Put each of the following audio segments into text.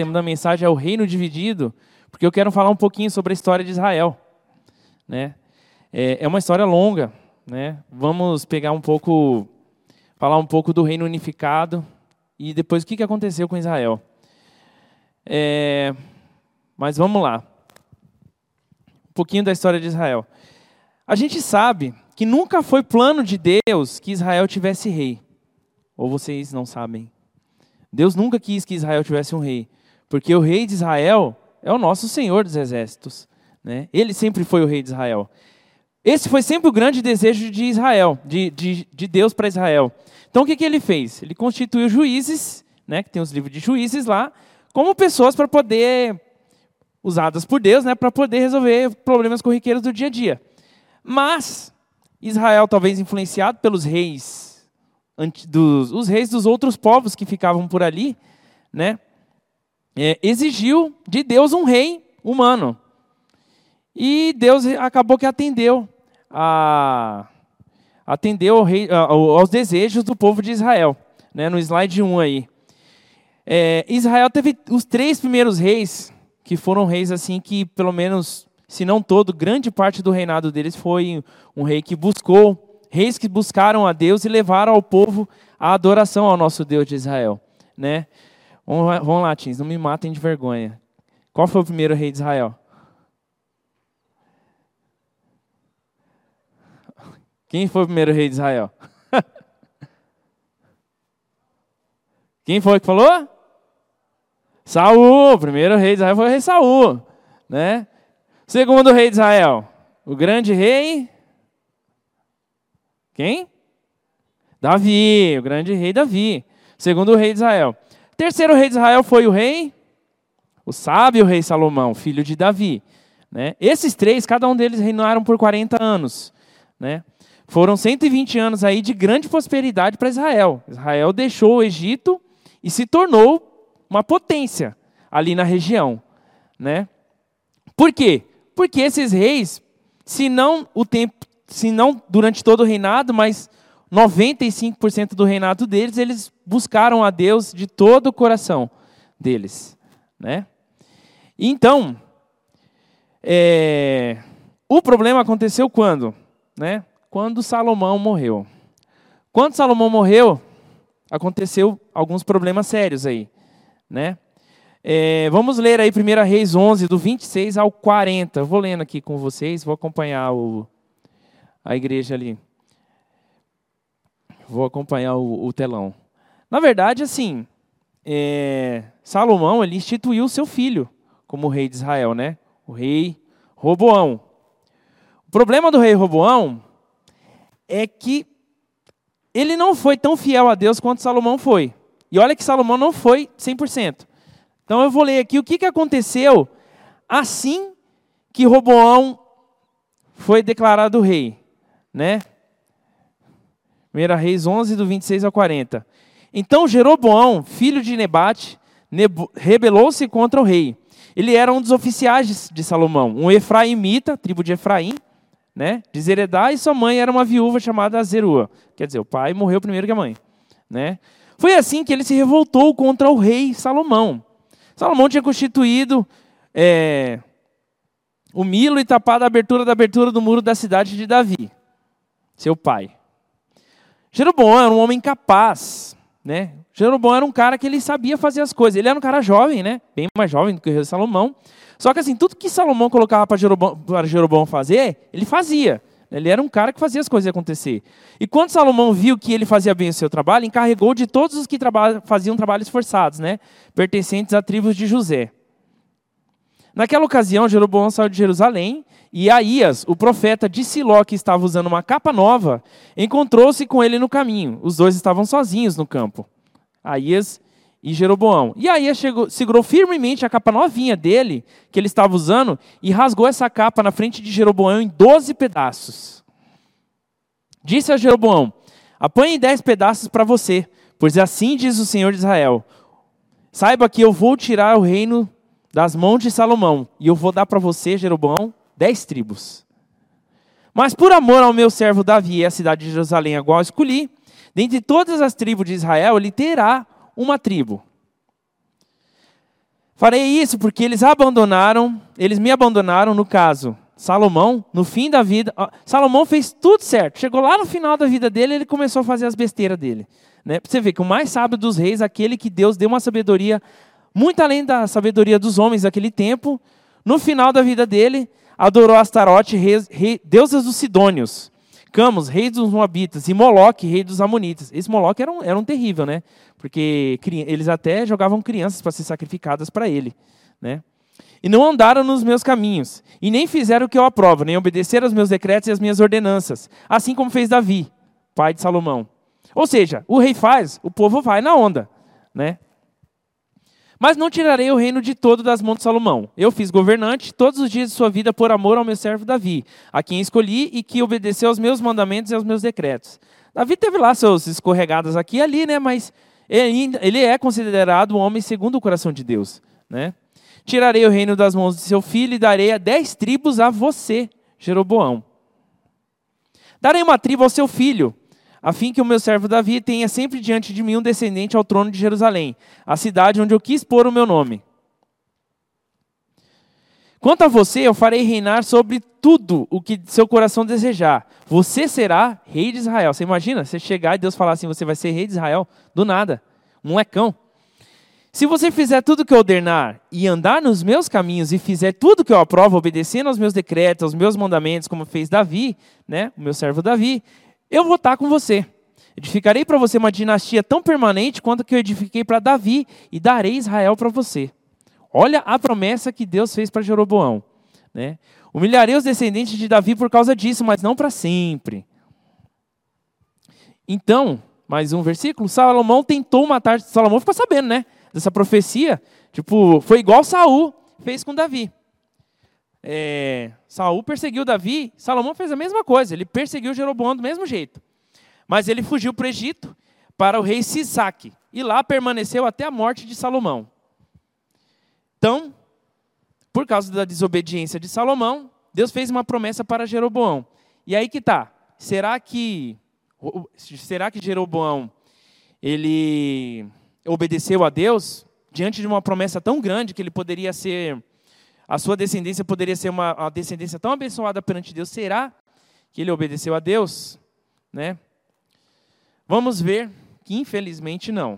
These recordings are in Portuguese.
tema da mensagem é o reino dividido, porque eu quero falar um pouquinho sobre a história de Israel, né? É uma história longa, né? Vamos pegar falar um pouco do reino unificado e depois o que aconteceu com Israel. Mas vamos lá. Um pouquinho da história de Israel. A gente sabe que nunca foi plano de Deus que Israel tivesse rei. Ou vocês não sabem? Deus nunca quis que Israel tivesse um rei. Porque o rei de Israel é o nosso Senhor dos Exércitos, né? Ele sempre foi o rei de Israel. Esse foi sempre o grande desejo de Israel, de Deus para Israel. Então o que ele fez? Ele constituiu juízes, né, que tem os livros de juízes lá, como pessoas para poder, usadas por Deus, né, para poder resolver problemas corriqueiros do dia a dia. Mas Israel, talvez influenciado pelos reis, os reis dos outros povos que ficavam por ali, né, exigiu de Deus um rei humano. E Deus acabou que atendeu aos desejos do povo de Israel, né, no slide 1 aí. Israel teve os 3 primeiros reis, que foram reis assim que, pelo menos, se não todo, grande parte do reinado deles foi um rei que reis que buscaram a Deus e levaram ao povo a adoração ao nosso Deus de Israel, né? Vamos lá, teens, não me matem de vergonha. Qual foi o primeiro rei de Israel? Quem foi o primeiro rei de Israel? Quem foi que falou? Saul. O primeiro rei de Israel foi o rei Saul, né? Segundo rei de Israel, o grande rei. Quem? Davi, o grande rei Davi. Segundo rei de Israel. Terceiro rei de Israel foi o sábio rei Salomão, filho de Davi, né? Esses 3, cada um deles reinaram por 40 anos, né? Foram 120 anos aí de grande prosperidade para Israel. Israel deixou o Egito e se tornou uma potência ali na região, né? Por quê? Porque esses reis, se não durante todo o reinado, mas 95% do reinado deles, eles buscaram a Deus de todo o coração deles, né? Então, o problema aconteceu quando, né? Quando Salomão morreu. Quando Salomão morreu, aconteceu alguns problemas sérios aí, né? Vamos ler aí 1 Reis 11, do 26 ao 40. Eu vou lendo aqui com vocês, vou acompanhar a igreja ali. Vou acompanhar o telão. Na verdade, assim, Salomão ele instituiu seu filho como rei de Israel, né? O rei Roboão. O problema do rei Roboão é que ele não foi tão fiel a Deus quanto Salomão foi. E olha que Salomão não foi 100%. Então eu vou ler aqui o que aconteceu assim que Roboão foi declarado rei, né? 1 Reis 11, do 26 ao 40. Então Jeroboão, filho de Nebate, rebelou-se contra o rei. Ele era um dos oficiais de Salomão, um efraimita, tribo de Efraim, né, de Zeredá, e sua mãe era uma viúva chamada Zerua. Quer dizer, o pai morreu primeiro que a mãe, né? Foi assim que ele se revoltou contra o rei Salomão. Salomão tinha constituído o Milo e tapado a abertura do muro da cidade de Davi, seu pai. Jeroboão era um homem capaz, né? Jeroboão era um cara que ele sabia fazer as coisas. Ele era um cara jovem, né? Bem mais jovem do que o rei Salomão. Só que assim, tudo que Salomão colocava para Jeroboão fazer, ele fazia. Ele era um cara que fazia as coisas acontecer. E quando Salomão viu que ele fazia bem o seu trabalho, encarregou de todos os que faziam trabalhos forçados, né? Pertencentes a tribos de José. Naquela ocasião, Jeroboão saiu de Jerusalém e Aías, o profeta de Siló, que estava usando uma capa nova, encontrou-se com ele no caminho. Os dois estavam sozinhos no campo, Aías e Jeroboão. E Aías segurou firmemente a capa novinha dele, que ele estava usando, e rasgou essa capa na frente de Jeroboão em 12 pedaços. Disse a Jeroboão: apanhe 10 pedaços para você, pois assim diz o Senhor de Israel: saiba que eu vou tirar o reino das mãos de Salomão, e eu vou dar para você, Jeroboão, 10 tribos. Mas por amor ao meu servo Davi e à cidade de Jerusalém, a qual escolhi, dentre todas as tribos de Israel, ele terá uma tribo. Farei isso porque eles me abandonaram, no caso, Salomão, no fim da vida. Salomão fez tudo certo. Chegou lá no final da vida dele, ele começou a fazer as besteiras dele. Né? Pra você ver que o mais sábio dos reis, aquele que Deus deu uma sabedoria, muito além da sabedoria dos homens daquele tempo, no final da vida dele, adorou Astarote, deusas dos Sidônios, Camus, rei dos Moabitas, e Moloque, rei dos Amonitas. Esse Moloque era um terrível, né? Porque eles até jogavam crianças para ser sacrificadas para ele. Né? E não andaram nos meus caminhos, e nem fizeram o que eu aprovo, nem obedeceram aos meus decretos e às minhas ordenanças, assim como fez Davi, pai de Salomão. Ou seja, o rei faz, o povo vai na onda. Né? Mas não tirarei o reino de todo das mãos de Salomão. Eu fiz governante todos os dias de sua vida por amor ao meu servo Davi, a quem escolhi e que obedeceu aos meus mandamentos e aos meus decretos. Davi teve lá seus escorregadas aqui e ali, né? Mas ele é considerado um homem segundo o coração de Deus. Né? Tirarei o reino das mãos de seu filho e darei 10 tribos a você, Jeroboão. Darei uma tribo ao seu filho, a fim que o meu servo Davi tenha sempre diante de mim um descendente ao trono de Jerusalém, a cidade onde eu quis pôr o meu nome. Quanto a você, eu farei reinar sobre tudo o que seu coração desejar. Você será rei de Israel. Você imagina? Você chegar e Deus falar assim, você vai ser rei de Israel? Do nada. Um molecão. Se você fizer tudo o que eu ordenar e andar nos meus caminhos e fizer tudo o que eu aprovo, obedecendo aos meus decretos, aos meus mandamentos, como fez Davi, né, o meu servo Davi, eu vou estar com você. Edificarei para você uma dinastia tão permanente quanto a que eu edifiquei para Davi e darei Israel para você. Olha a promessa que Deus fez para Jeroboão. Né? Humilharei os descendentes de Davi por causa disso, mas não para sempre. Então, mais um versículo. Salomão tentou matar. Salomão ficou sabendo, né? Dessa profecia. Tipo, foi igual Saul fez com Davi. Saul perseguiu Davi, Salomão fez a mesma coisa, ele perseguiu Jeroboão do mesmo jeito. Mas ele fugiu para o Egito, para o rei Sisaque, e lá permaneceu até a morte de Salomão. Então, por causa da desobediência de Salomão, Deus fez uma promessa para Jeroboão. E aí que está, será que Jeroboão, ele obedeceu a Deus, diante de uma promessa tão grande que ele poderia ser... A sua descendência poderia ser uma descendência tão abençoada perante Deus. Será que ele obedeceu a Deus? Né? Vamos ver que, infelizmente, não.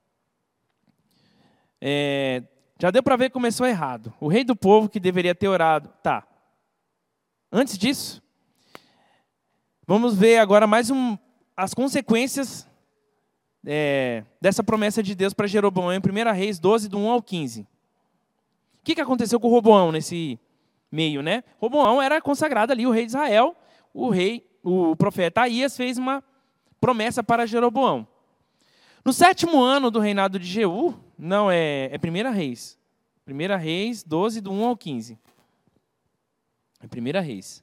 Já deu para ver que começou errado. O rei do povo que deveria ter orado. Tá. Antes disso, vamos ver agora as consequências dessa promessa de Deus para Jeroboão em 1 Reis 12, do 1 ao 15. O que aconteceu com Roboão nesse meio, né? Roboão era consagrado ali, o rei de Israel. O profeta Aías fez uma promessa para Jeroboão. No 7º ano do reinado de Jeú, não, é 1 Reis. 1 Reis 12, do 1 ao 15. É 1 Reis.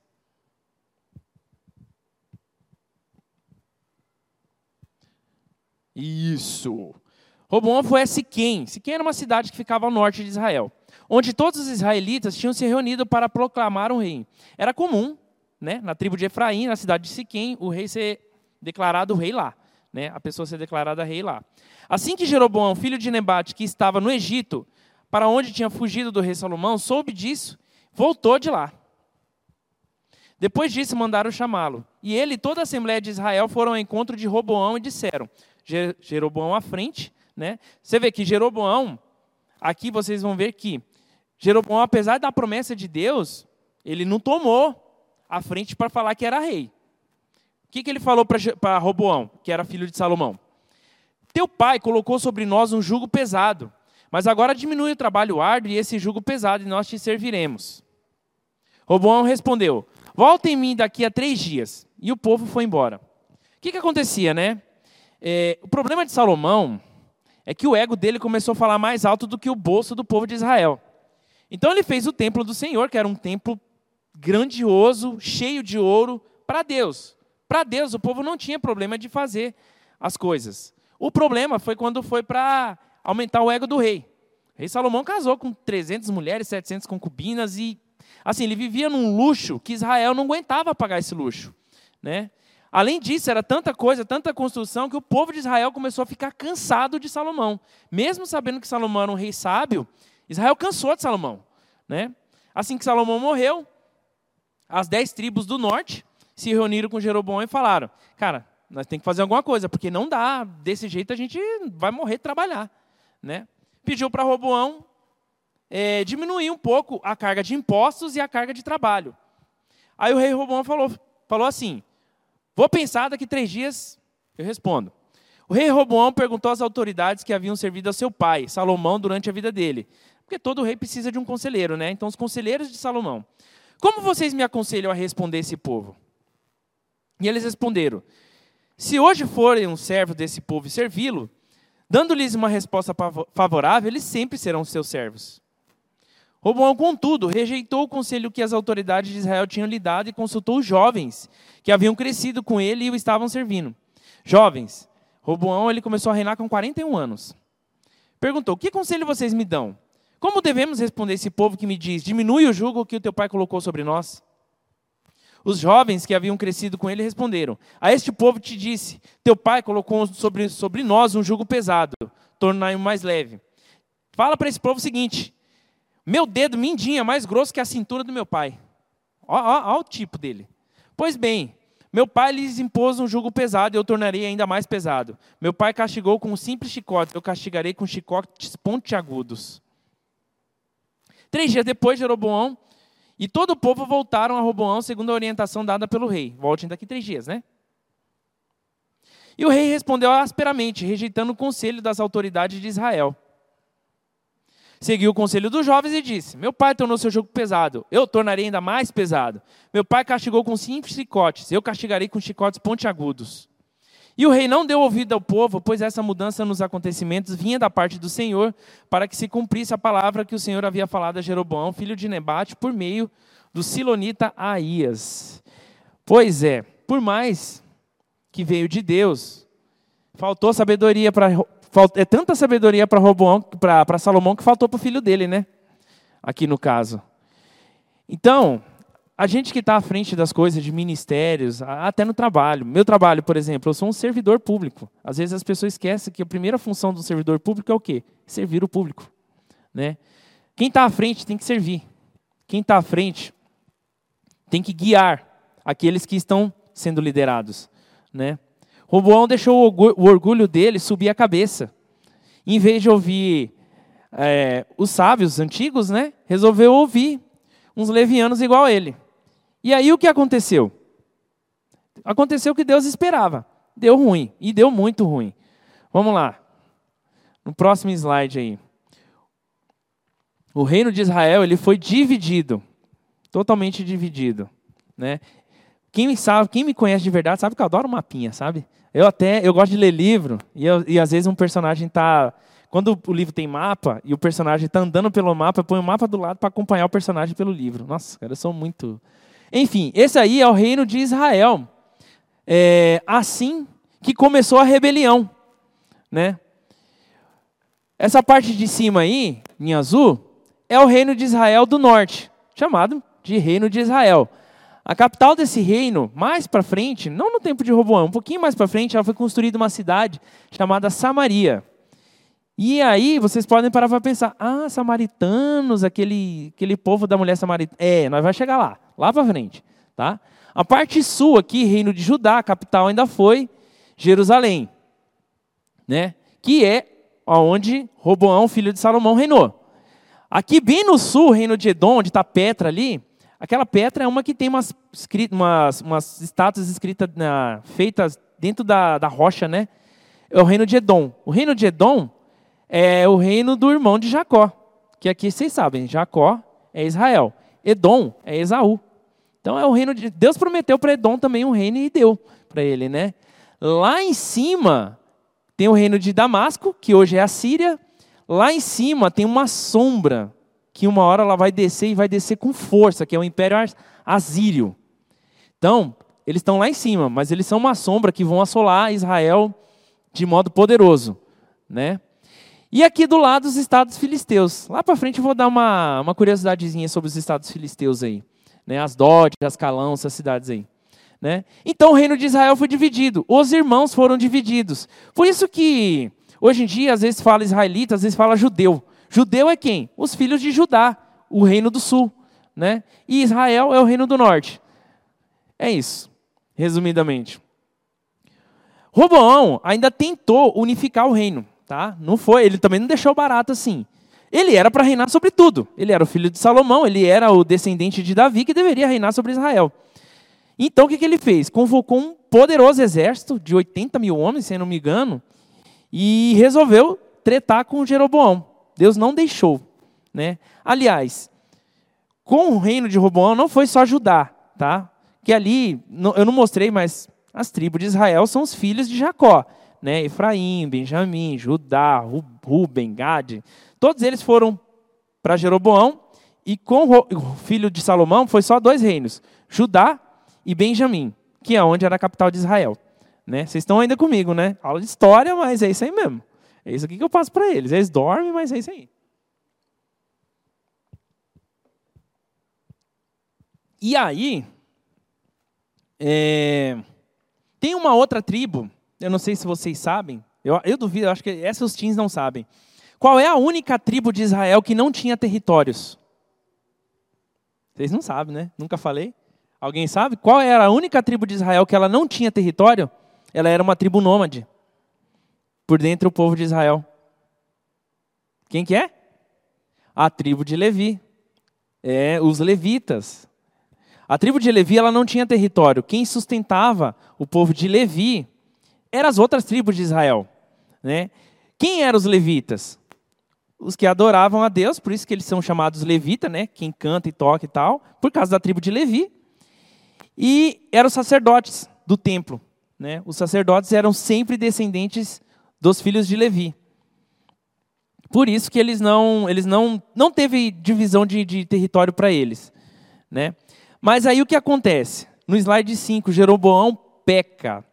Isso. Roboão foi a Siquém. Siquém era uma cidade que ficava ao norte de Israel, onde todos os israelitas tinham se reunido para proclamar um rei. Era comum, né, na tribo de Efraim, na cidade de Siquém, o rei ser declarado rei lá. Né, a pessoa ser declarada rei lá. Assim que Jeroboão, filho de Nebate, que estava no Egito, para onde tinha fugido do rei Salomão, soube disso, voltou de lá. Depois disso, mandaram chamá-lo. E ele e toda a Assembleia de Israel foram ao encontro de Roboão e disseram, Jeroboão à frente, né? Você vê que Jeroboão, aqui vocês vão ver que Jeroboão, apesar da promessa de Deus, ele não tomou a frente para falar que era rei. O que ele falou para Roboão, que era filho de Salomão? Teu pai colocou sobre nós um jugo pesado, mas agora diminui o trabalho árduo e esse jugo pesado, e nós te serviremos. Roboão respondeu, volta em mim daqui a 3 dias. E o povo foi embora. O que acontecia, né? O problema de Salomão é que o ego dele começou a falar mais alto do que o bolso do povo de Israel. Então ele fez o templo do Senhor, que era um templo grandioso, cheio de ouro, para Deus. Para Deus, o povo não tinha problema de fazer as coisas. O problema foi quando foi para aumentar o ego do rei. O rei Salomão casou com 300 mulheres, 700 concubinas e, assim, ele vivia num luxo que Israel não aguentava pagar esse luxo, né? Além disso, era tanta coisa, tanta construção, que o povo de Israel começou a ficar cansado de Salomão. Mesmo sabendo que Salomão era um rei sábio, Israel cansou de Salomão, né? Assim que Salomão morreu, as 10 tribos do norte se reuniram com Jeroboão e falaram: cara, nós temos que fazer alguma coisa, porque não dá, desse jeito a gente vai morrer de trabalhar, né? Pediu para Roboão diminuir um pouco a carga de impostos e a carga de trabalho. Aí o rei Roboão falou assim: vou pensar, daqui 3 dias eu respondo. O rei Roboão perguntou às autoridades que haviam servido a seu pai, Salomão, durante a vida dele. Porque todo rei precisa de um conselheiro, né? Então, os conselheiros de Salomão: como vocês me aconselham a responder esse povo? E eles responderam: se hoje forem um servo desse povo e servi-lo, dando-lhes uma resposta favorável, eles sempre serão seus servos. Roboão, contudo, rejeitou o conselho que as autoridades de Israel tinham lhe dado e consultou os jovens que haviam crescido com ele e o estavam servindo. Jovens, Roboão ele começou a reinar com 41 anos. Perguntou: que conselho vocês me dão? Como devemos responder esse povo que me diz: diminui o jugo que o teu pai colocou sobre nós? Os jovens que haviam crescido com ele responderam: a este povo te disse: teu pai colocou sobre nós um jugo pesado, tornai-o mais leve. Fala para esse povo o seguinte: meu dedo mindinho é mais grosso que a cintura do meu pai. Olha o tipo dele. Pois bem, meu pai lhes impôs um jugo pesado e eu tornarei ainda mais pesado. Meu pai castigou com um simples chicote, eu castigarei com chicotes pontiagudos. 3 dias depois, Jeroboão e todo o povo voltaram a Roboão segundo a orientação dada pelo rei. Voltem daqui 3 dias, né? E o rei respondeu asperamente, rejeitando o conselho das autoridades de Israel. Seguiu o conselho dos jovens e disse: meu pai tornou seu jugo pesado, eu tornarei ainda mais pesado. Meu pai castigou com simples chicotes, eu castigarei com chicotes pontiagudos. E o rei não deu ouvido ao povo, pois essa mudança nos acontecimentos vinha da parte do Senhor, para que se cumprisse a palavra que o Senhor havia falado a Jeroboão, filho de Nebate, por meio do silonita Aías. Pois é, por mais que veio de Deus, faltou sabedoria é tanta sabedoria para Salomão que faltou para o filho dele, né? Aqui no caso. Então, a gente que está à frente das coisas de ministérios, até no trabalho. Meu trabalho, por exemplo, eu sou um servidor público. Às vezes as pessoas esquecem que a primeira função do servidor público é o quê? Servir o público, né? Quem está à frente tem que servir. Quem está à frente tem que guiar aqueles que estão sendo liderados, né? Roboão deixou o orgulho dele subir a cabeça. Em vez de ouvir os sábios antigos, né, resolveu ouvir uns levianos igual a ele. E aí o que aconteceu? Aconteceu o que Deus esperava. Deu ruim, e deu muito ruim. Vamos lá. No próximo slide aí. O reino de Israel ele foi dividido. Totalmente dividido, né? Quem me conhece de verdade sabe que eu adoro mapinha, sabe? Eu gosto de ler livro e às vezes um personagem está... Quando o livro tem mapa e o personagem está andando pelo mapa, eu ponho o mapa do lado para acompanhar o personagem pelo livro. Nossa, cara, eu sou muito... Enfim, esse aí é o reino de Israel. Assim que começou a rebelião, né? Essa parte de cima aí, em azul, é o reino de Israel do norte, chamado de reino de Israel. A capital desse reino, mais para frente, não no tempo de Roboão, um pouquinho mais para frente, ela foi construída uma cidade chamada Samaria. E aí vocês podem parar para pensar: samaritanos, aquele povo da mulher samaritana. Nós vamos chegar lá para frente. Tá? A parte sul aqui, reino de Judá, a capital ainda foi Jerusalém, né? Que é onde Roboão, filho de Salomão, reinou. Aqui bem no sul, reino de Edom, onde está Petra ali, aquela Petra é uma que tem umas estátuas escritas feitas dentro da rocha, né? É o reino de Edom. O reino de Edom é o reino do irmão de Jacó, que aqui vocês sabem, Jacó é Israel, Edom é Esaú. Então é o reino de Deus. Prometeu para Edom também um reino e deu para ele, né? Lá em cima tem o reino de Damasco, que hoje é a Síria. Lá em cima tem uma sombra, que uma hora ela vai descer e vai descer com força, que é o Império Assírio. Então, eles estão lá em cima, mas eles são uma sombra que vão assolar Israel de modo poderoso, né? E aqui do lado os estados filisteus. Lá para frente eu vou dar uma curiosidadezinha sobre os estados filisteus aí, né? Asdod, Ascalão, essas cidades aí, né? Então o reino de Israel foi dividido, os irmãos foram divididos. Por isso que hoje em dia às vezes fala israelita, às vezes fala judeu. Judeu é quem? Os filhos de Judá, o reino do sul, né? E Israel é o reino do norte. É isso, resumidamente. Roboão ainda tentou unificar o reino, tá? Não foi, ele também não deixou barato assim. Ele era para reinar sobre tudo. Ele era o filho de Salomão, ele era o descendente de Davi que deveria reinar sobre Israel. Então o que ele fez? Convocou um poderoso exército de 80 mil homens, se não me engano, e resolveu tretar com Jeroboão. Deus não deixou, né? Aliás, com o reino de Roboão não foi só Judá, tá? Que ali, eu não mostrei, mas as tribos de Israel são os filhos de Jacó, né? Efraim, Benjamim, Judá, Ruben, Gade. Todos eles foram para Jeroboão, e com o filho de Salomão foi só 2 reinos, Judá e Benjamim, que é onde era a capital de Israel. Né? Vocês estão ainda comigo, né? Aula de história, mas é isso aí mesmo. É isso aqui que eu passo para eles. Eles dormem, mas é isso aí. E aí, tem uma outra tribo, eu não sei se vocês sabem, eu duvido, eu acho que essas os teens não sabem. Qual é a única tribo de Israel que não tinha territórios? Vocês não sabem, né? Nunca falei. Alguém sabe? Qual era a única tribo de Israel que ela não tinha território? Ela era uma tribo nômade. Por dentro do povo de Israel. Quem que é? A tribo de Levi. Os levitas. A tribo de Levi ela não tinha território. Quem sustentava o povo de Levi eram as outras tribos de Israel. Né? Quem eram os levitas? Os que adoravam a Deus, por isso que eles são chamados levitas, né? Quem canta e toca e tal, por causa da tribo de Levi. E eram os sacerdotes do templo. Né? Os sacerdotes eram sempre descendentes dos filhos de Levi. Por isso que eles não teve divisão de território para eles. Né? Mas aí o que acontece? No slide 5, Jeroboão peca.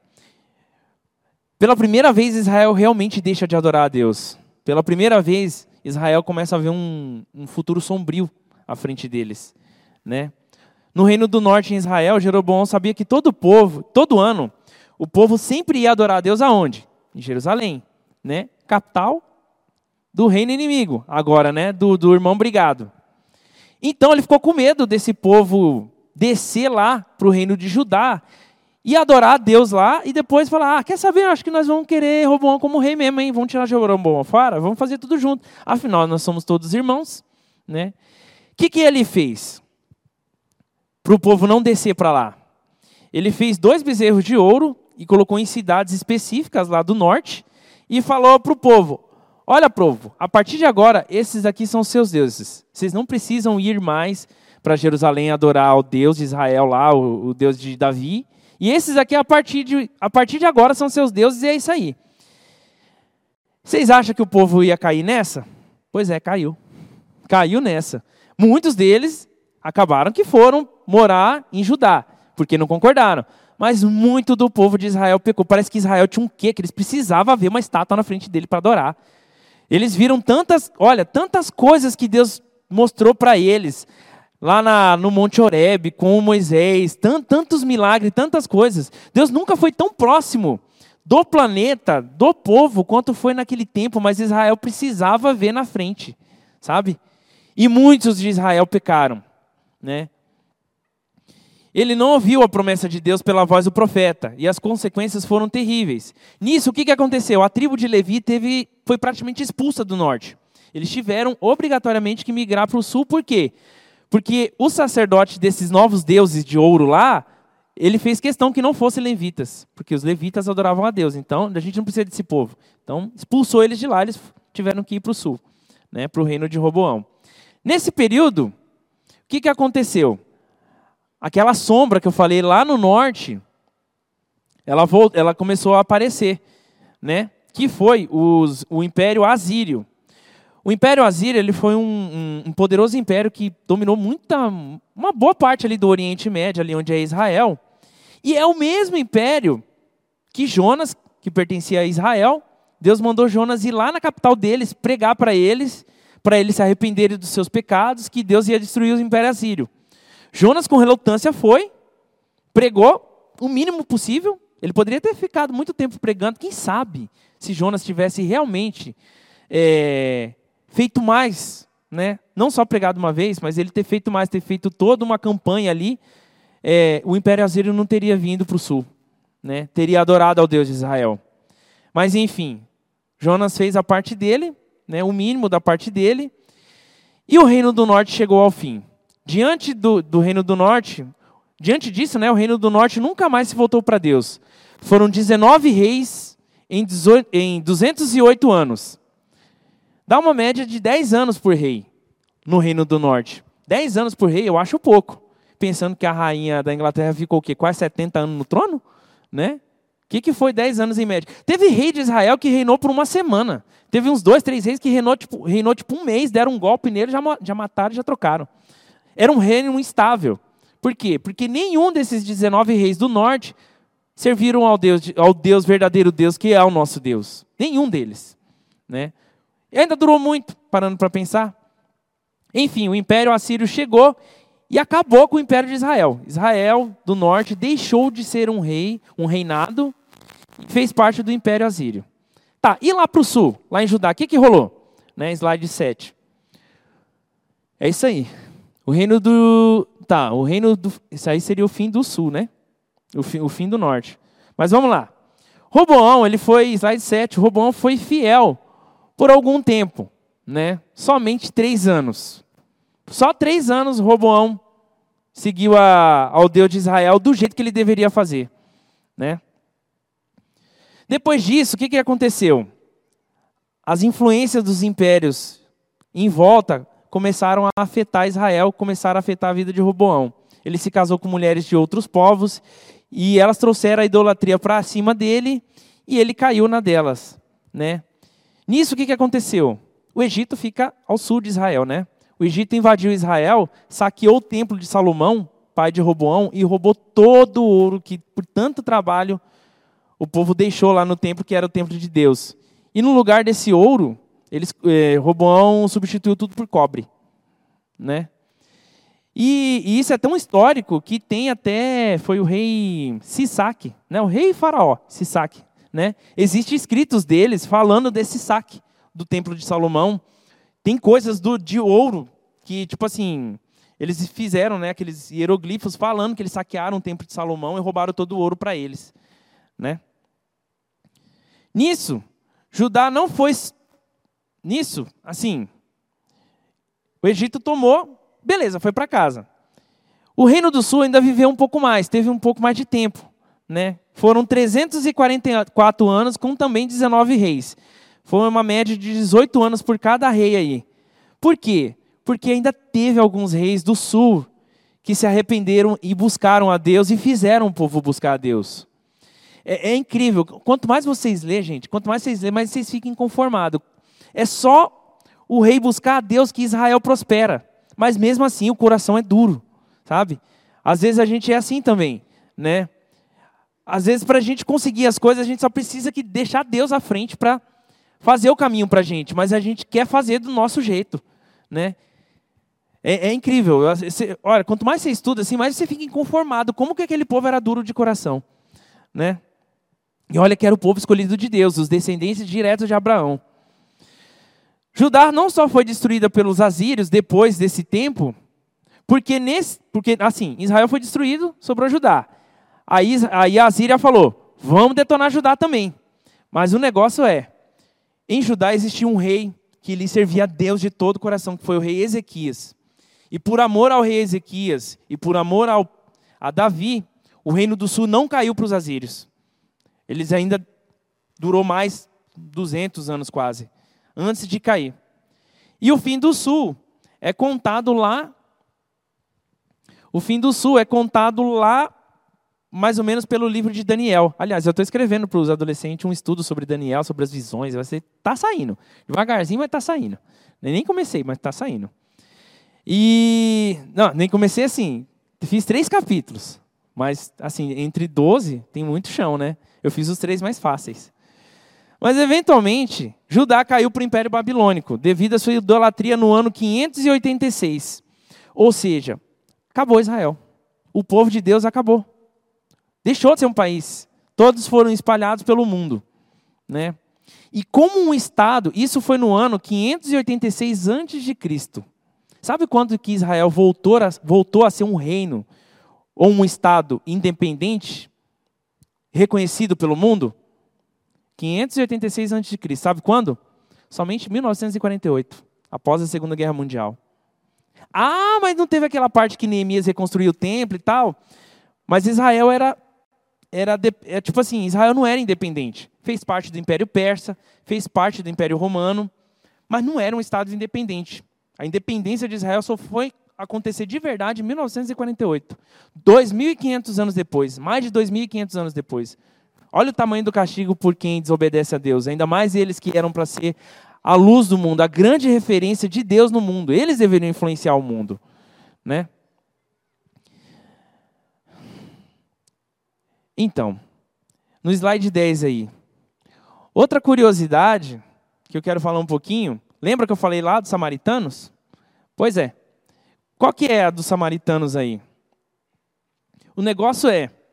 Pela primeira vez, Israel realmente deixa de adorar a Deus. Pela primeira vez, Israel começa a ver um futuro sombrio à frente deles. Né? No Reino do Norte, em Israel, Jeroboão sabia que todo ano, o povo sempre ia adorar a Deus aonde? Em Jerusalém. Né? Capital do reino inimigo, agora, né? do irmão brigado. Então, ele ficou com medo desse povo descer lá para o reino de Judá e adorar a Deus lá e depois falar, quer saber, acho que nós vamos querer Roboão como rei mesmo, hein? Vamos tirar Jeroboão fora? Vamos fazer tudo junto. Afinal, nós somos todos irmãos. Né? O que ele fez? Para o povo não descer para lá. Ele fez 2 bezerros de ouro e colocou em cidades específicas lá do norte e falou para o povo, olha povo, a partir de agora, esses aqui são seus deuses. Vocês não precisam ir mais para Jerusalém adorar o Deus de Israel lá, o Deus de Davi. E esses aqui, a partir de agora, são seus deuses e é isso aí. Vocês acham que o povo ia cair nessa? Pois é, caiu. Caiu nessa. Muitos deles acabaram que foram morar em Judá, porque não concordaram. Mas muito do povo de Israel pecou. Parece que Israel tinha um quê? Que eles precisavam ver uma estátua na frente dele para adorar. Eles viram tantas coisas que Deus mostrou para eles. Lá no Monte Horebe, com Moisés, tantos milagres, tantas coisas. Deus nunca foi tão próximo do planeta, do povo, quanto foi naquele tempo, mas Israel precisava ver na frente, sabe? E muitos de Israel pecaram. Né? Ele não ouviu a promessa de Deus pela voz do profeta, e as consequências foram terríveis. Nisso, o que aconteceu? A tribo de Levi foi praticamente expulsa do norte. Eles tiveram obrigatoriamente que migrar para o sul, por quê? Porque o sacerdote desses novos deuses de ouro lá, ele fez questão que não fossem levitas, porque os levitas adoravam a Deus. Então, a gente não precisa desse povo. Então, expulsou eles de lá, eles tiveram que ir para o sul, né, para o reino de Roboão. Nesse período, o que aconteceu? Aquela sombra que eu falei lá no norte, ela começou a aparecer, né, que foi o Império Assírio. O Império Assírio ele foi um poderoso império que dominou uma boa parte ali do Oriente Médio, ali onde é Israel. E é o mesmo império que Jonas, que pertencia a Israel, Deus mandou Jonas ir lá na capital deles, pregar para eles se arrependerem dos seus pecados, que Deus ia destruir o Império Assírio. Jonas, com relutância, pregou o mínimo possível. Ele poderia ter ficado muito tempo pregando. Quem sabe se Jonas tivesse realmente feito mais, né? Não só pregado uma vez, mas ele ter feito mais, ter feito toda uma campanha ali, o Império Assírio não teria vindo para o sul, né? Teria adorado ao Deus de Israel. Mas enfim, Jonas fez a parte dele, né? O mínimo da parte dele, e o Reino do Norte chegou ao fim. Diante do Reino do Norte, diante disso, né, o Reino do Norte nunca mais se voltou para Deus. Foram 19 reis em 208 anos. Dá uma média de 10 anos por rei no Reino do Norte. 10 anos por rei eu acho pouco. Pensando que a rainha da Inglaterra ficou o quê? Quase 70 anos no trono? Né? O que foi 10 anos em média? Teve rei de Israel que reinou por uma semana. Teve uns 2, 3 reis que reinou tipo um mês, deram um golpe nele, já mataram, já trocaram. Era um reino instável. Por quê? Porque nenhum desses 19 reis do norte serviram ao Deus verdadeiro Deus, que é o nosso Deus. Nenhum deles. Né? E ainda durou muito, parando para pensar. Enfim, o Império Assírio chegou e acabou com o Império de Israel. Israel do norte deixou de ser um reinado, e fez parte do Império Assírio. Tá, e lá para o sul, lá em Judá, o que rolou? Né, slide 7. É isso aí. Isso aí seria o fim do sul, né? O fim do norte. Mas vamos lá. Roboão, slide 7, Roboão foi fiel por algum tempo, né? Somente 3 anos. Só 3 anos Roboão seguiu ao Deus de Israel do jeito que ele deveria fazer, né? Depois disso, o que aconteceu? As influências dos impérios em volta começaram a afetar Israel, começaram a afetar a vida de Roboão. Ele se casou com mulheres de outros povos e elas trouxeram a idolatria para cima dele e ele caiu na delas, né? Nisso, o que aconteceu? O Egito fica ao sul de Israel, né? O Egito invadiu Israel, saqueou o templo de Salomão, pai de Roboão, e roubou todo o ouro que, por tanto trabalho, o povo deixou lá no templo, que era o templo de Deus. E no lugar desse ouro, Roboão substituiu tudo por cobre, né? E isso é tão histórico que foi o rei Sisaque, né? O rei faraó Sisaque, né? Existem escritos deles falando desse saque do templo de Salomão. Tem coisas de ouro que, tipo assim, eles fizeram, né, aqueles hieroglifos falando que eles saquearam o templo de Salomão e roubaram todo o ouro para eles, né? Judá não foi... assim, o Egito tomou, beleza, foi para casa. O Reino do Sul ainda viveu um pouco mais, teve um pouco mais de tempo, né? Foram 344 anos com também 19 reis. Foi uma média de 18 anos por cada rei aí. Por quê? Porque ainda teve alguns reis do sul que se arrependeram e buscaram a Deus e fizeram o povo buscar a Deus. É incrível. Quanto mais vocês lêem, gente, mais vocês ficam conformados. É só o rei buscar a Deus que Israel prospera. Mas mesmo assim o coração é duro, sabe? Às vezes a gente é assim também, né? Às vezes para a gente conseguir as coisas a gente só precisa deixar Deus à frente para fazer o caminho para a gente. Mas a gente quer fazer do nosso jeito, né? É incrível. Olha, quanto mais você estuda, assim, mais você fica inconformado. Como que aquele povo era duro de coração, né? E olha que era o povo escolhido de Deus, os descendentes diretos de Abraão. Judá não só foi destruída pelos assírios depois desse tempo, porque assim, Israel foi destruído, sobrou Judá. Aí a Assíria falou, vamos detonar Judá também. Mas o negócio em Judá existia um rei que lhe servia a Deus de todo o coração, que foi o rei Ezequias. E por amor ao rei Ezequias, e por amor a Davi, o reino do sul não caiu para os assírios. Eles ainda durou mais 200 anos quase, antes de cair. E o fim do sul é contado lá. O fim do sul é contado lá, mais ou menos pelo livro de Daniel. Aliás, eu estou escrevendo para os adolescentes um estudo sobre Daniel, sobre as visões. Está saindo. Devagarzinho, mas está saindo. Nem comecei, mas está saindo. Não, nem comecei assim. Fiz 3 capítulos. Mas, assim, entre 12, tem muito chão, né? Eu fiz os 3 mais fáceis. Mas, eventualmente, Judá caiu para o Império Babilônico, devido à sua idolatria no ano 586. Ou seja, acabou Israel. O povo de Deus acabou. Deixou de ser um país. Todos foram espalhados pelo mundo, né? E como um Estado, isso foi no ano 586 a.C. Sabe quando que Israel voltou a ser um reino, ou um Estado independente, reconhecido pelo mundo? 586 a.C. Sabe quando? Somente em 1948, após a Segunda Guerra Mundial. Ah, mas não teve aquela parte que Neemias reconstruiu o templo e tal? Mas Israel tipo assim, Israel não era independente. Fez parte do Império Persa, fez parte do Império Romano, mas não era um Estado independente. A independência de Israel só foi acontecer de verdade em 1948. 2.500 anos depois, mais de 2.500 anos depois. Olha o tamanho do castigo por quem desobedece a Deus. Ainda mais eles que eram para ser a luz do mundo, a grande referência de Deus no mundo. Eles deveriam influenciar o mundo, né? Então, no slide 10 aí. Outra curiosidade que eu quero falar um pouquinho. Lembra que eu falei lá dos samaritanos? Pois é. Qual que é a dos samaritanos aí? O negócio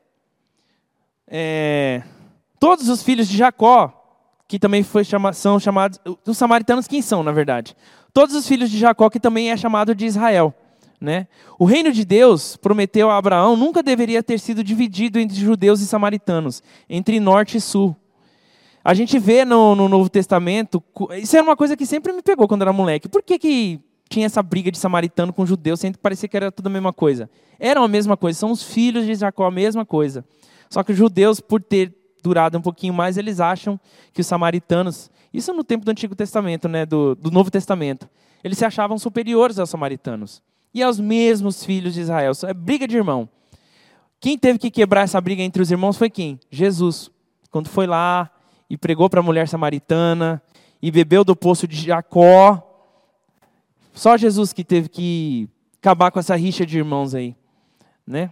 todos os filhos de Jacó, que também são chamados... Os samaritanos quem são, na verdade? Todos os filhos de Jacó, que também é chamado de Israel. Né? O reino de Deus prometeu a Abraão nunca deveria ter sido dividido entre judeus e samaritanos, entre norte e sul. A gente vê no Novo Testamento, isso era uma coisa que sempre me pegou quando era moleque. Por que tinha essa briga de samaritano com judeu, sempre parecia que era tudo a mesma coisa? Era a mesma coisa, são os filhos de Jacó, a mesma coisa. Só que os judeus, por ter durado um pouquinho mais, eles acham que os samaritanos, isso no tempo do Antigo Testamento, né, do Novo Testamento, eles se achavam superiores aos samaritanos. E aos mesmos filhos de Israel. É briga de irmão. Quem teve que quebrar essa briga entre os irmãos foi quem? Jesus. Quando foi lá e pregou para a mulher samaritana e bebeu do poço de Jacó. Só Jesus que teve que acabar com essa rixa de irmãos aí. Né?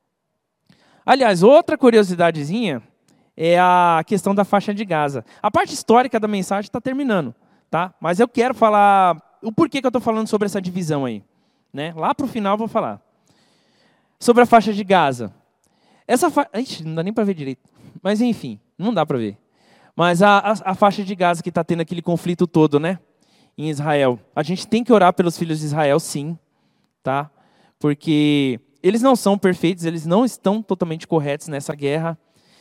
Aliás, outra curiosidadezinha é a questão da faixa de Gaza. A parte histórica da mensagem está terminando. Tá? Mas eu quero falar o porquê que eu estou falando sobre essa divisão aí. Né? Lá para o final eu vou falar. Sobre a faixa de Gaza. Ixi, não dá nem para ver direito. Mas enfim, não dá para ver. Mas a faixa de Gaza que está tendo aquele conflito todo, né? Em Israel. A gente tem que orar pelos filhos de Israel, sim. Tá? Porque eles não são perfeitos, eles não estão totalmente corretos nessa guerra.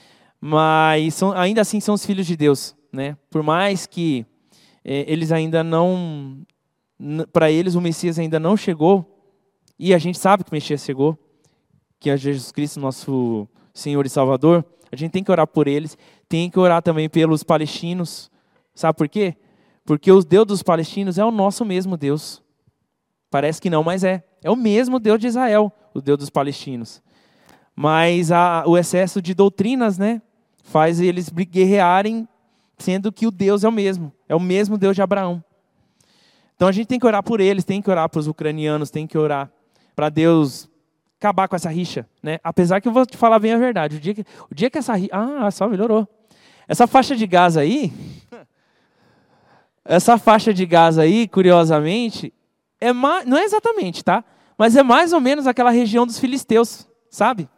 Mas ainda assim são os filhos de Deus. Né? Por mais que eles ainda não... Para eles o Messias ainda não chegou, e a gente sabe que o Messias chegou, que é Jesus Cristo, nosso Senhor e Salvador. A gente tem que orar por eles, tem que orar também pelos palestinos. Sabe por quê? Porque o Deus dos palestinos é o nosso mesmo Deus. Parece que não, mas é o mesmo Deus de Israel, o Deus dos palestinos. Mas o excesso de doutrinas, né, faz eles guerrearem, sendo que o Deus é o mesmo Deus de Abraão. Então a gente tem que orar por eles, tem que orar para os ucranianos, tem que orar para Deus acabar com essa rixa. Né? Apesar que eu vou te falar bem a verdade. O dia que essa rixa... Ah, só melhorou. Essa faixa de Gaza aí... curiosamente, não é exatamente, tá? Mas é mais ou menos aquela região dos filisteus, sabe?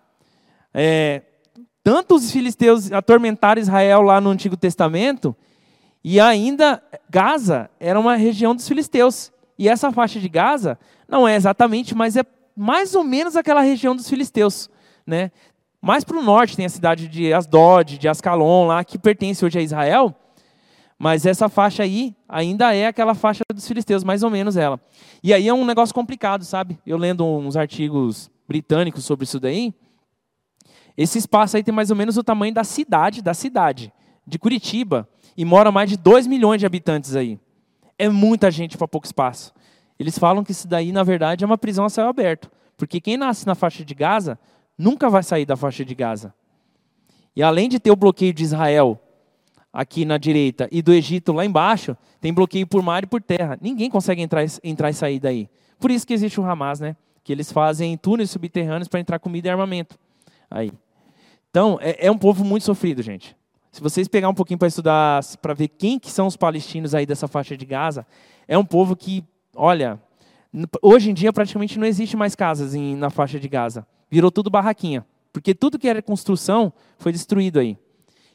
Tanto os filisteus atormentaram Israel lá no Antigo Testamento... E ainda, Gaza era uma região dos filisteus. E essa faixa de Gaza não é exatamente, mas é mais ou menos aquela região dos filisteus. Né? Mais para o norte tem a cidade de Asdod, de Ascalon, lá, que pertence hoje a Israel. Mas essa faixa aí ainda é aquela faixa dos filisteus, mais ou menos ela. E aí é um negócio complicado, sabe? Eu lendo uns artigos britânicos sobre isso daí, esse espaço aí tem mais ou menos o tamanho da cidade de Curitiba. E mora mais de 2 milhões de habitantes aí. É muita gente para pouco espaço. Eles falam que isso daí, na verdade, é uma prisão a céu aberto. Porque quem nasce na faixa de Gaza, nunca vai sair da faixa de Gaza. E além de ter o bloqueio de Israel, aqui na direita, e do Egito lá embaixo, tem bloqueio por mar e por terra. Ninguém consegue entrar e sair daí. Por isso que existe o Hamas, né? Que eles fazem túneis subterrâneos para entrar comida e armamento. Aí. Então, é um povo muito sofrido, gente. Se vocês pegar um pouquinho para estudar, para ver quem que são os palestinos aí dessa faixa de Gaza, é um povo que, olha, hoje em dia praticamente não existe mais casas na faixa de Gaza. Virou tudo barraquinha, porque tudo que era construção foi destruído aí.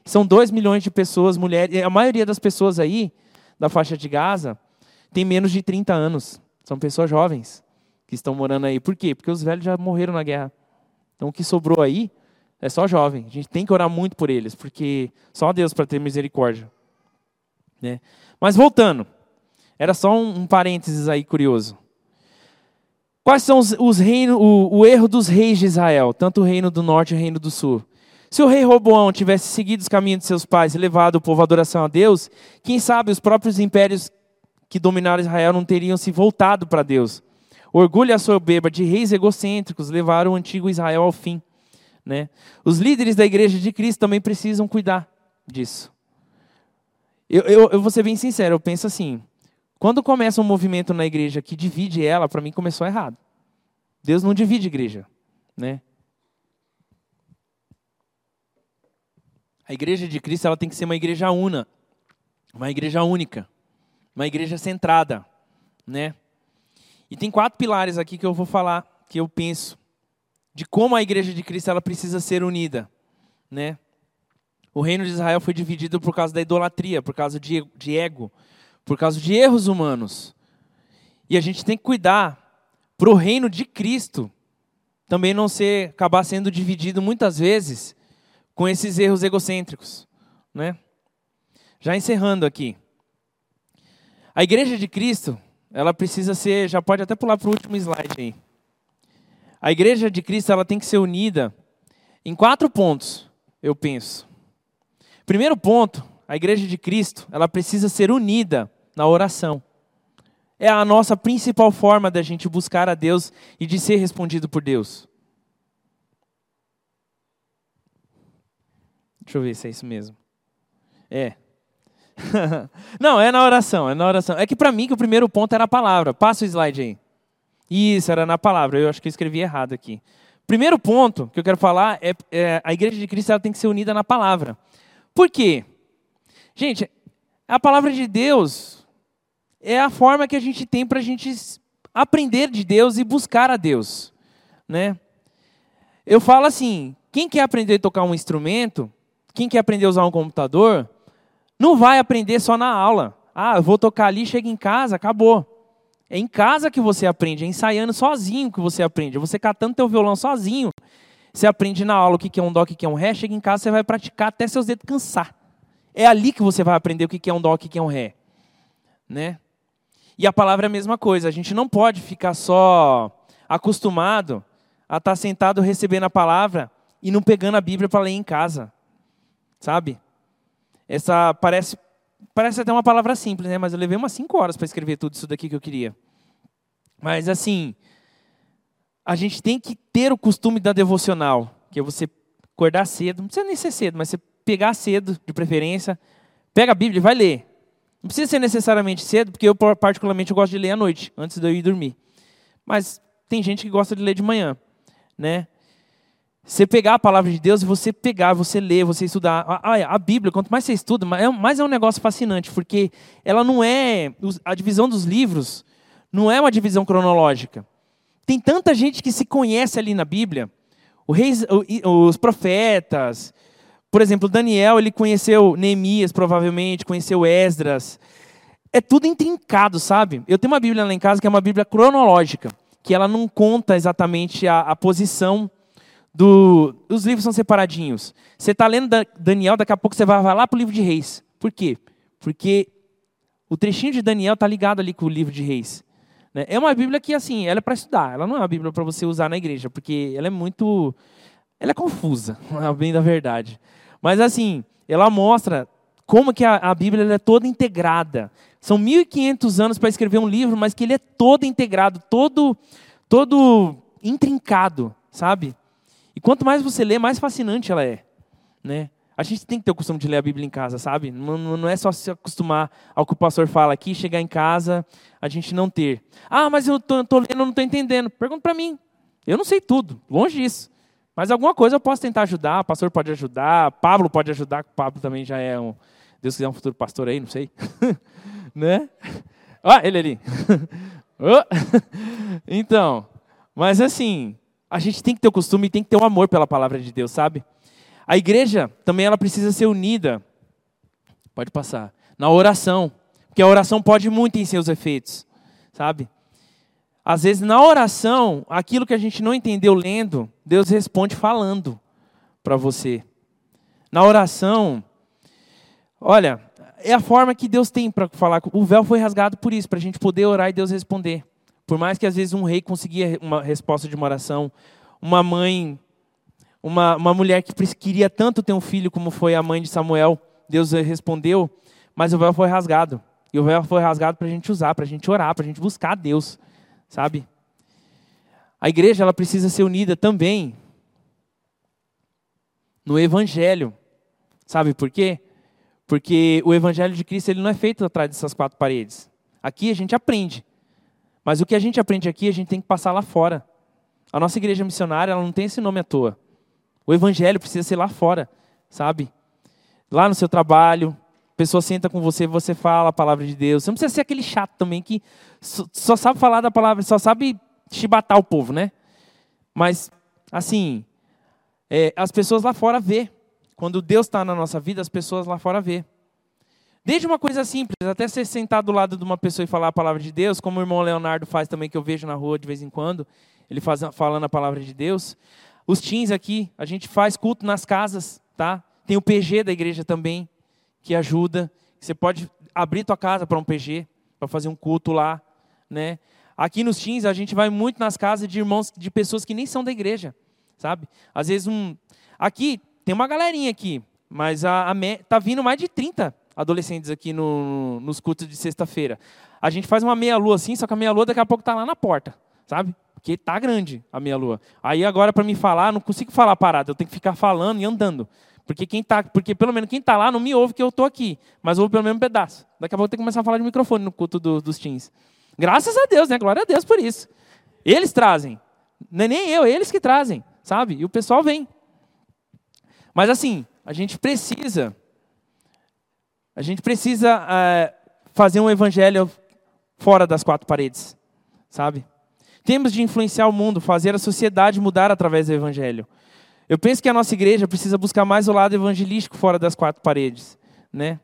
São 2 milhões de pessoas, mulheres. A maioria das pessoas aí, da faixa de Gaza, tem menos de 30 anos. São pessoas jovens que estão morando aí. Por quê? Porque os velhos já morreram na guerra. Então o que sobrou aí é só jovem. A gente tem que orar muito por eles, porque só Deus para ter misericórdia. Né? Mas voltando, era só um parênteses aí curioso. Quais são os reinos, o erro dos reis de Israel, tanto o reino do norte e o reino do sul? Se o rei Roboão tivesse seguido os caminhos de seus pais e levado o povo à adoração a Deus, quem sabe os próprios impérios que dominaram Israel não teriam se voltado para Deus. O orgulho e a soberba de reis egocêntricos levaram o antigo Israel ao fim. Né? Os líderes da igreja de Cristo também precisam cuidar disso. Eu vou ser bem sincero, eu penso assim, quando começa um movimento na igreja que divide ela, para mim começou errado. Deus não divide igreja. Né? A igreja de Cristo ela tem que ser uma igreja una, uma igreja única, uma igreja centrada. Né? E tem 4 pilares aqui que eu vou falar, que eu penso, de como a igreja de Cristo ela precisa ser unida. Né? O reino de Israel foi dividido por causa da idolatria, por causa de ego, por causa de erros humanos. E a gente tem que cuidar para o reino de Cristo também não acabar sendo dividido muitas vezes com esses erros egocêntricos. Né? Já encerrando aqui. A igreja de Cristo, ela precisa ser, já pode até pular para o último slide aí. A igreja de Cristo ela tem que ser unida em 4 pontos, eu penso. Primeiro ponto, a igreja de Cristo ela precisa ser unida na oração. É a nossa principal forma da gente buscar a Deus e de ser respondido por Deus. Deixa eu ver se é isso mesmo. É. Não, é na oração, é na oração. É que para mim que o primeiro ponto era a palavra. Passa o slide aí. Isso, era na palavra. Eu acho que eu escrevi errado aqui. Primeiro ponto que eu quero falar é a igreja de Cristo ela tem que ser unida na palavra. Por quê? Gente, a palavra de Deus é a forma que a gente tem para a gente aprender de Deus e buscar a Deus. Né? Eu falo assim, quem quer aprender a tocar um instrumento, quem quer aprender a usar um computador, não vai aprender só na aula. Ah, eu vou tocar ali, chega em casa, acabou. É em casa que você aprende, é ensaiando sozinho que você aprende. É você catando teu violão sozinho. Você aprende na aula o que é um dó, o que é um ré, chega em casa você vai praticar até seus dedos cansar. É ali que você vai aprender o que é um dó, o que é um ré. Né? E a palavra é a mesma coisa. A gente não pode ficar só acostumado a estar sentado recebendo a palavra e não pegando a Bíblia para ler em casa. Sabe? Essa parece até uma palavra simples, né? Mas eu levei umas 5 horas para escrever tudo isso daqui que eu queria. Mas assim, a gente tem que ter o costume da devocional, que é você acordar cedo, não precisa nem ser cedo, mas você pegar cedo, de preferência, pega a Bíblia e vai ler. Não precisa ser necessariamente cedo, porque eu particularmente gosto de ler à noite, antes de eu ir dormir. Mas tem gente que gosta de ler de manhã, né? Você pegar a palavra de Deus e você pegar, você ler, você estudar. A Bíblia, quanto mais você estuda, mais é um negócio fascinante, porque ela não é, a divisão dos livros não é uma divisão cronológica. Tem tanta gente que se conhece ali na Bíblia, os profetas, por exemplo, Daniel, ele conheceu Neemias, provavelmente, conheceu Esdras. É tudo intrincado, sabe? Eu tenho uma Bíblia lá em casa que é uma Bíblia cronológica, que ela não conta exatamente a posição os livros são separadinhos. Você está lendo Daniel, daqui a pouco você vai lá para o livro de Reis. Por quê? Porque o trechinho de Daniel está ligado ali com o livro de Reis. Né? É uma Bíblia que, assim, ela é para estudar. Ela não é uma Bíblia para você usar na igreja, porque ela é confusa, é bem da verdade. Mas, assim, ela mostra como que a Bíblia ela é toda integrada. São 1.500 anos para escrever um livro, mas que ele é todo integrado, todo intrincado, sabe? E quanto mais você lê, mais fascinante ela é. Né? A gente tem que ter o costume de ler a Bíblia em casa, sabe? Não é só se acostumar ao que o pastor fala aqui, chegar em casa, a gente não ter. Ah, mas eu estou lendo, não estou entendendo. Pergunta para mim. Eu não sei tudo, longe disso. Mas alguma coisa eu posso tentar ajudar, o pastor pode ajudar, Pablo pode ajudar, o Pablo também já é Deus quiser um futuro pastor aí, não sei. Né? Ele ali. Então, mas assim, a gente tem que ter o costume e tem que ter um amor pela palavra de Deus, sabe? A igreja também ela precisa ser unida, pode passar, na oração. Porque a oração pode muito em seus efeitos, sabe? Às vezes na oração, aquilo que a gente não entendeu lendo, Deus responde falando para você. Na oração, olha, é a forma que Deus tem para falar. O véu foi rasgado por isso, para a gente poder orar e Deus responder. Por mais que às vezes um rei conseguia uma resposta de uma oração, uma mãe, uma mulher que queria tanto ter um filho como foi a mãe de Samuel, Deus respondeu, mas o véu foi rasgado. E o véu foi rasgado para a gente usar, para a gente orar, para a gente buscar a Deus, sabe? A igreja ela precisa ser unida também no evangelho. Sabe por quê? Porque o evangelho de Cristo ele não é feito atrás dessas quatro paredes. Aqui a gente aprende. Mas o que a gente aprende aqui, a gente tem que passar lá fora. A nossa igreja missionária ela não tem esse nome à toa. O evangelho precisa ser lá fora, sabe? Lá no seu trabalho, a pessoa senta com você, você fala a palavra de Deus. Você não precisa ser aquele chato também que só sabe falar da palavra, só sabe chibatar o povo, né? Mas, assim, as pessoas lá fora vê. Quando Deus está na nossa vida, as pessoas lá fora vê. Desde uma coisa simples, até você sentar do lado de uma pessoa e falar a palavra de Deus, como o irmão Leonardo faz também, que eu vejo na rua de vez em quando, ele falando a palavra de Deus. Os teens aqui, a gente faz culto nas casas, tá? Tem o PG da igreja também, que ajuda. Você pode abrir tua casa para um PG, para fazer um culto lá, né? Aqui nos teens, a gente vai muito nas casas de irmãos, de pessoas que nem são da igreja, sabe? Às vezes, aqui, tem uma galerinha aqui, mas tá vindo mais de 30 adolescentes aqui nos cultos de sexta-feira. A gente faz uma meia-lua assim, só que a meia-lua daqui a pouco está lá na porta, sabe? Porque tá grande a meia-lua. Aí agora para me falar, não consigo falar parado, eu tenho que ficar falando e andando. Porque pelo menos quem está lá não me ouve que eu estou aqui, mas ouve pelo menos um pedaço. Daqui a pouco eu tenho que começar a falar de microfone no culto dos teens. Graças a Deus, né? Glória a Deus por isso. Eles trazem. Não é nem eu, eles que trazem, sabe? E o pessoal vem. Mas assim, a gente precisa fazer um evangelho fora das quatro paredes, sabe? Temos de influenciar o mundo, fazer a sociedade mudar através do evangelho. Eu penso que a nossa igreja precisa buscar mais o lado evangelístico fora das quatro paredes, né?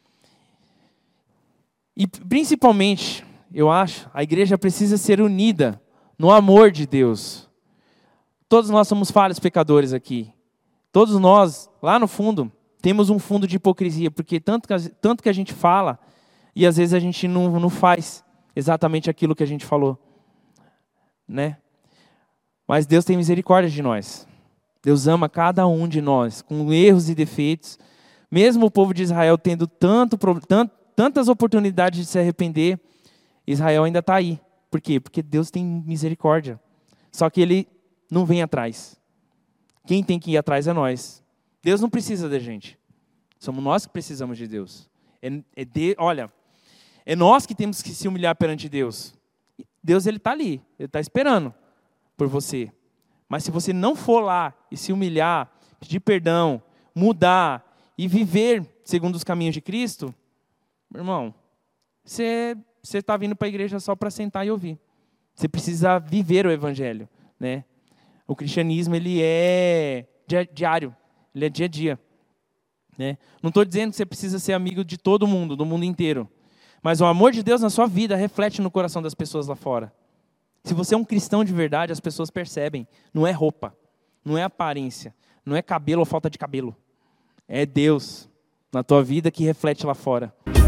E principalmente, eu acho, a igreja precisa ser unida no amor de Deus. Todos nós somos falhos pecadores aqui. Todos nós, lá no fundo, temos um fundo de hipocrisia, porque tanto que a gente fala, e às vezes a gente não faz exatamente aquilo que a gente falou, né? Mas Deus tem misericórdia de nós. Deus ama cada um de nós, com erros e defeitos. Mesmo o povo de Israel tendo tantas oportunidades de se arrepender, Israel ainda está aí. Por quê? Porque Deus tem misericórdia. Só que Ele não vem atrás. Quem tem que ir atrás é nós. Deus não precisa da gente. Somos nós que precisamos de Deus. Olha, é nós que temos que se humilhar perante Deus. Deus ele está ali, Ele está esperando por você. Mas se você não for lá e se humilhar, pedir perdão, mudar e viver segundo os caminhos de Cristo, meu irmão, você está vindo para a igreja só para sentar e ouvir. Você precisa viver o evangelho, né? O cristianismo ele é diário, ele é dia a dia, né? Não estou dizendo que você precisa ser amigo de todo mundo, do mundo inteiro. Mas o amor de Deus na sua vida reflete no coração das pessoas lá fora. Se você é um cristão de verdade, as pessoas percebem. Não é roupa, não é aparência, não é cabelo ou falta de cabelo. É Deus na tua vida que reflete lá fora.